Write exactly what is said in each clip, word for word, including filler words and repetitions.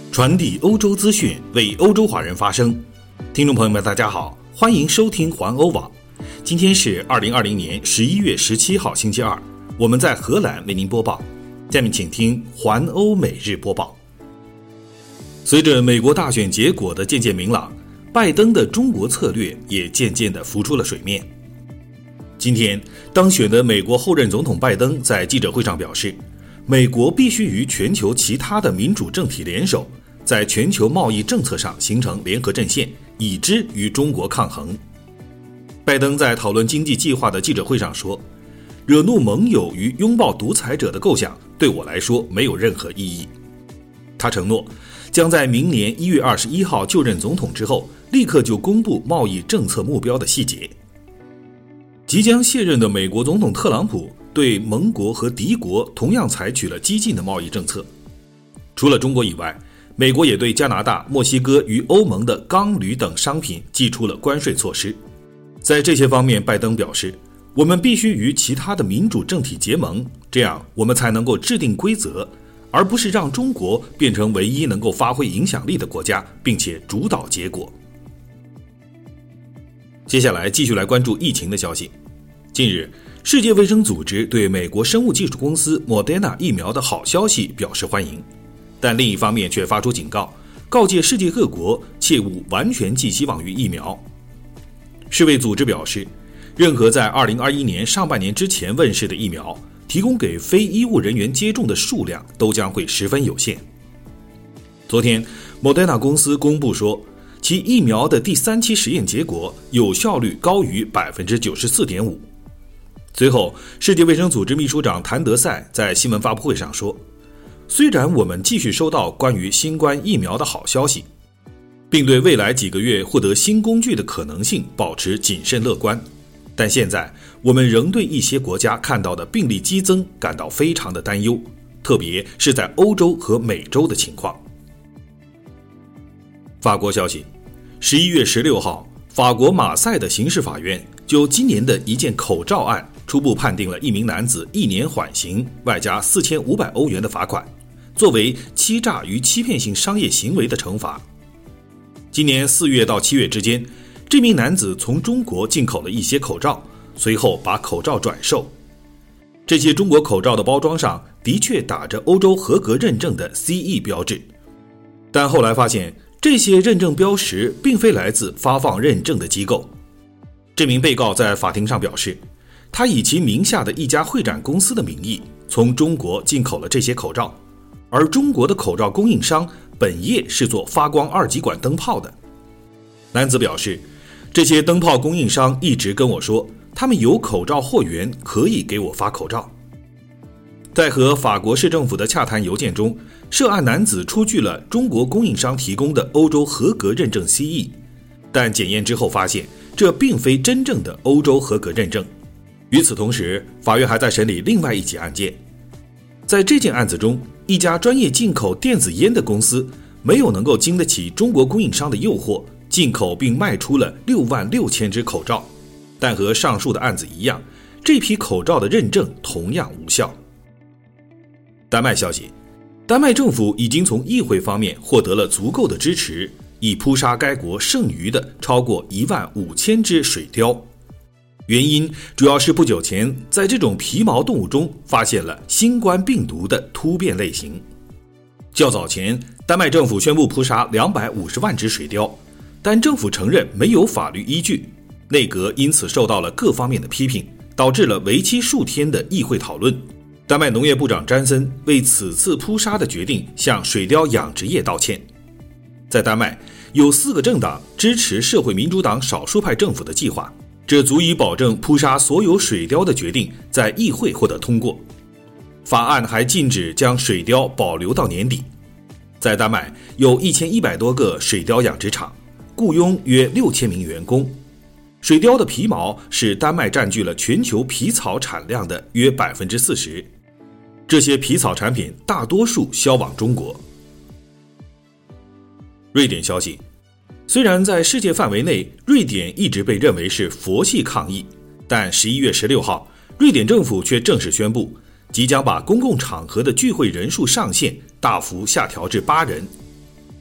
传递欧洲资讯，为欧洲华人发声。听众朋友们，大家好，欢迎收听环欧网。今天是二零二零年十一月十七号，星期二，我们在荷兰为您播报。下面请听环欧每日播报。随着美国大选结果的渐渐明朗，拜登的中国策略也渐渐地浮出了水面。今天，当选的美国后任总统拜登在记者会上表示，美国必须与全球其他的民主政体联手，在全球贸易政策上形成联合阵线，以之与中国抗衡。拜登在讨论经济计划的记者会上说，惹怒盟友与拥抱独裁者的构想对我来说没有任何意义。他承诺将在明年一月二十一号就任总统之后，立刻就公布贸易政策目标的细节。即将卸任的美国总统特朗普对盟国和敌国同样采取了激进的贸易政策。除了中国以外，美国也对加拿大、墨西哥与欧盟的钢铝等商品寄出了关税措施。在这些方面，拜登表示，我们必须与其他的民主政体结盟，这样我们才能够制定规则，而不是让中国变成唯一能够发挥影响力的国家，并且主导结果。接下来继续来关注疫情的消息。近日，世界卫生组织对美国生物技术公司 Moderna 疫苗的好消息表示欢迎，但另一方面却发出警告，告诫世界各国切勿完全寄希望于疫苗。世卫组织表示，任何在二零二一年上半年之前问世的疫苗，提供给非医务人员接种的数量都将会十分有限。昨天 Moderna 公司公布说，其疫苗的第三期实验结果有效率高于 百分之九十四点五。随后，世界卫生组织秘书长谭德赛在新闻发布会上说，虽然我们继续收到关于新冠疫苗的好消息，并对未来几个月获得新工具的可能性保持谨慎乐观，但现在我们仍对一些国家看到的病例激增感到非常的担忧，特别是在欧洲和美洲的情况。法国消息，十一月十六号，法国马赛的刑事法院就今年的一件口罩案初步判定了一名男子一年缓刑，外加四千五百欧元的罚款，作为欺诈与欺骗性商业行为的惩罚。今年四月到七月之间，这名男子从中国进口了一些口罩，随后把口罩转售。这些中国口罩的包装上的确打着欧洲合格认证的 C E 标志，但后来发现这些认证标识并非来自发放认证的机构。这名被告在法庭上表示，他以其名下的一家会展公司的名义从中国进口了这些口罩，而中国的口罩供应商本业是做发光二极管灯泡的。男子表示，这些灯泡供应商一直跟我说，他们有口罩货源可以给我发口罩。在和法国市政府的洽谈邮件中，涉案男子出具了中国供应商提供的欧洲合格认证 C E， 但检验之后发现，这并非真正的欧洲合格认证。与此同时，法院还在审理另外一起案件。在这件案子中，一家专业进口电子烟的公司没有能够经得起中国供应商的诱惑，进口并卖出了六万六千只口罩，但和上述的案子一样，这批口罩的认证同样无效。丹麦消息，丹麦政府已经从议会方面获得了足够的支持，以扑杀该国剩余的超过一万五千只水貂。原因主要是不久前在这种皮毛动物中发现了新冠病毒的突变类型。较早前，丹麦政府宣布扑杀两百五十万只水貂，但政府承认没有法律依据，内阁因此受到了各方面的批评，导致了为期数天的议会讨论。丹麦农业部长詹森为此次扑杀的决定向水貂养殖业道歉。在丹麦，有四个政党支持社会民主党少数派政府的计划，这足以保证扑杀所有水貂的决定在议会获得通过。法案还禁止将水貂保留到年底。在丹麦，有一千一百多个水貂养殖场，雇佣约六千名员工。水貂的皮毛使丹麦占据了全球皮草产量的约 百分之四十。这些皮草产品大多数销往中国。瑞典消息，虽然在世界范围内，瑞典一直被认为是佛系抗疫，但十一月十六号，瑞典政府却正式宣布，即将把公共场合的聚会人数上限大幅下调至八人。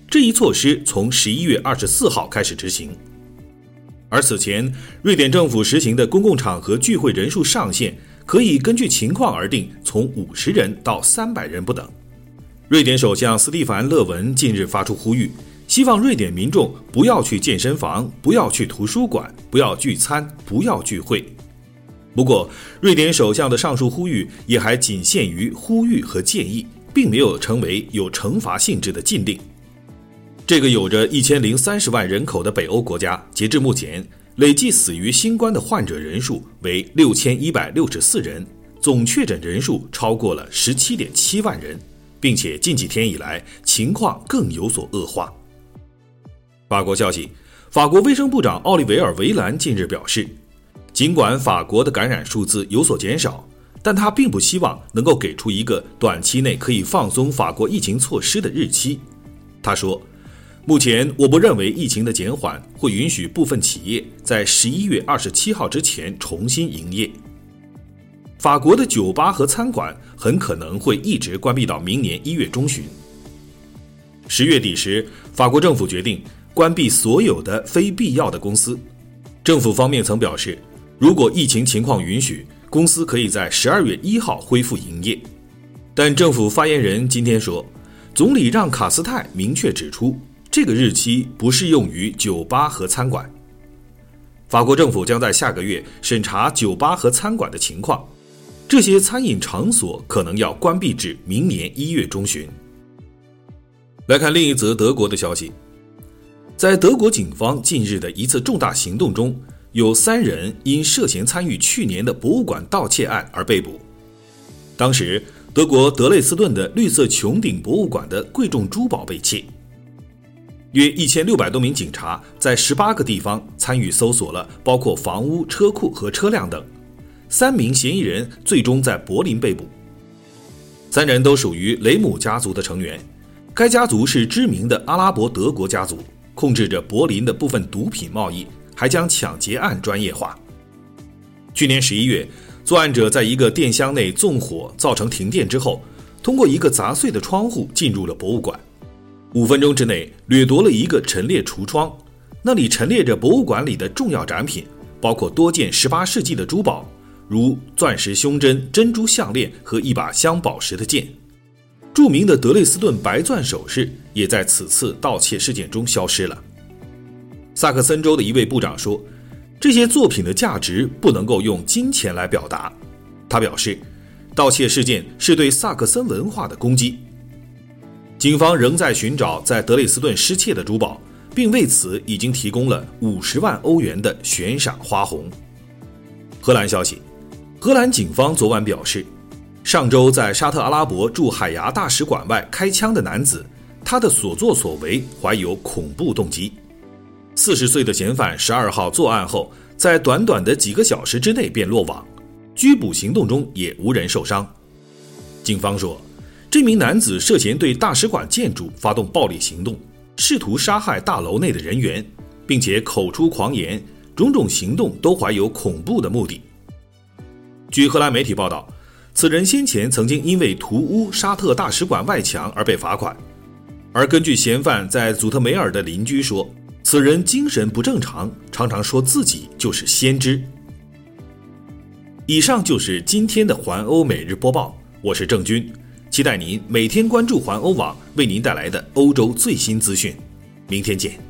这一措施从十一月二十四号开始执行。而此前，瑞典政府实行的公共场合聚会人数上限可以根据情况而定，从五十人到三百人不等。瑞典首相斯蒂凡·勒文近日发出呼吁，希望瑞典民众不要去健身房，不要去图书馆，不要聚餐，不要聚会。不过，瑞典首相的上述呼吁也还仅限于呼吁和建议，并没有成为有惩罚性质的禁令。这个有着一千零三十万人口的北欧国家，截至目前累计死于新冠的患者人数为六千一百六十四人，总确诊人数超过了 十七点七万人，并且近几天以来情况更有所恶化。法国消息，法国卫生部长奥利维尔·维兰近日表示，尽管法国的感染数字有所减少，但他并不希望能够给出一个短期内可以放松法国疫情措施的日期。他说，目前我不认为疫情的减缓会允许部分企业在十一月二十七号之前重新营业。法国的酒吧和餐馆很可能会一直关闭到明年一月中旬。十月底时，法国政府决定关闭所有的非必要的公司。政府方面曾表示，如果疫情情况允许，公司可以在十二月一号恢复营业。但政府发言人今天说，总理让卡斯泰明确指出，这个日期不适用于酒吧和餐馆。法国政府将在下个月审查酒吧和餐馆的情况，这些餐饮场所可能要关闭至明年一月中旬。来看另一则德国的消息，在德国警方近日的一次重大行动中，有三人因涉嫌参与去年的博物馆盗窃案而被捕。当时，德国德累斯顿的绿色穹顶博物馆的贵重珠宝被窃。约一千六百多名警察在十八个地方参与搜索了包括房屋、车库和车辆等。三名嫌疑人最终在柏林被捕。三人都属于雷姆家族的成员，该家族是知名的阿拉伯德国家族，控制着柏林的部分毒品贸易，还将抢劫案专业化。去年十一月，作案者在一个电箱内纵火造成停电之后，通过一个砸碎的窗户进入了博物馆。五分钟之内掠夺了一个陈列橱窗，那里陈列着博物馆里的重要展品，包括多件十八世纪的珠宝，如钻石胸针、珍珠项链和一把镶宝石的剑。著名的德累斯顿白钻首饰也在此次盗窃事件中消失了。萨克森州的一位部长说，这些作品的价值不能够用金钱来表达。他表示，盗窃事件是对萨克森文化的攻击。警方仍在寻找在德累斯顿失窃的珠宝，并为此已经提供了五十万欧元的悬赏花红。荷兰消息，荷兰警方昨晚表示，上周在沙特阿拉伯驻海牙大使馆外开枪的男子，他的所作所为怀有恐怖动机。四十岁的嫌犯十二号作案后，在短短的几个小时之内便落网，拘捕行动中也无人受伤。警方说，这名男子涉嫌对大使馆建筑发动暴力行动，试图杀害大楼内的人员，并且口出狂言，种种行动都怀有恐怖的目的。据荷兰媒体报道，此人先前曾经因为涂污沙特大使馆外墙而被罚款，而根据嫌犯在祖特梅尔的邻居说，此人精神不正常，常常说自己就是先知。以上就是今天的环欧每日播报，我是郑军，期待您每天关注环欧网为您带来的欧洲最新资讯。明天见。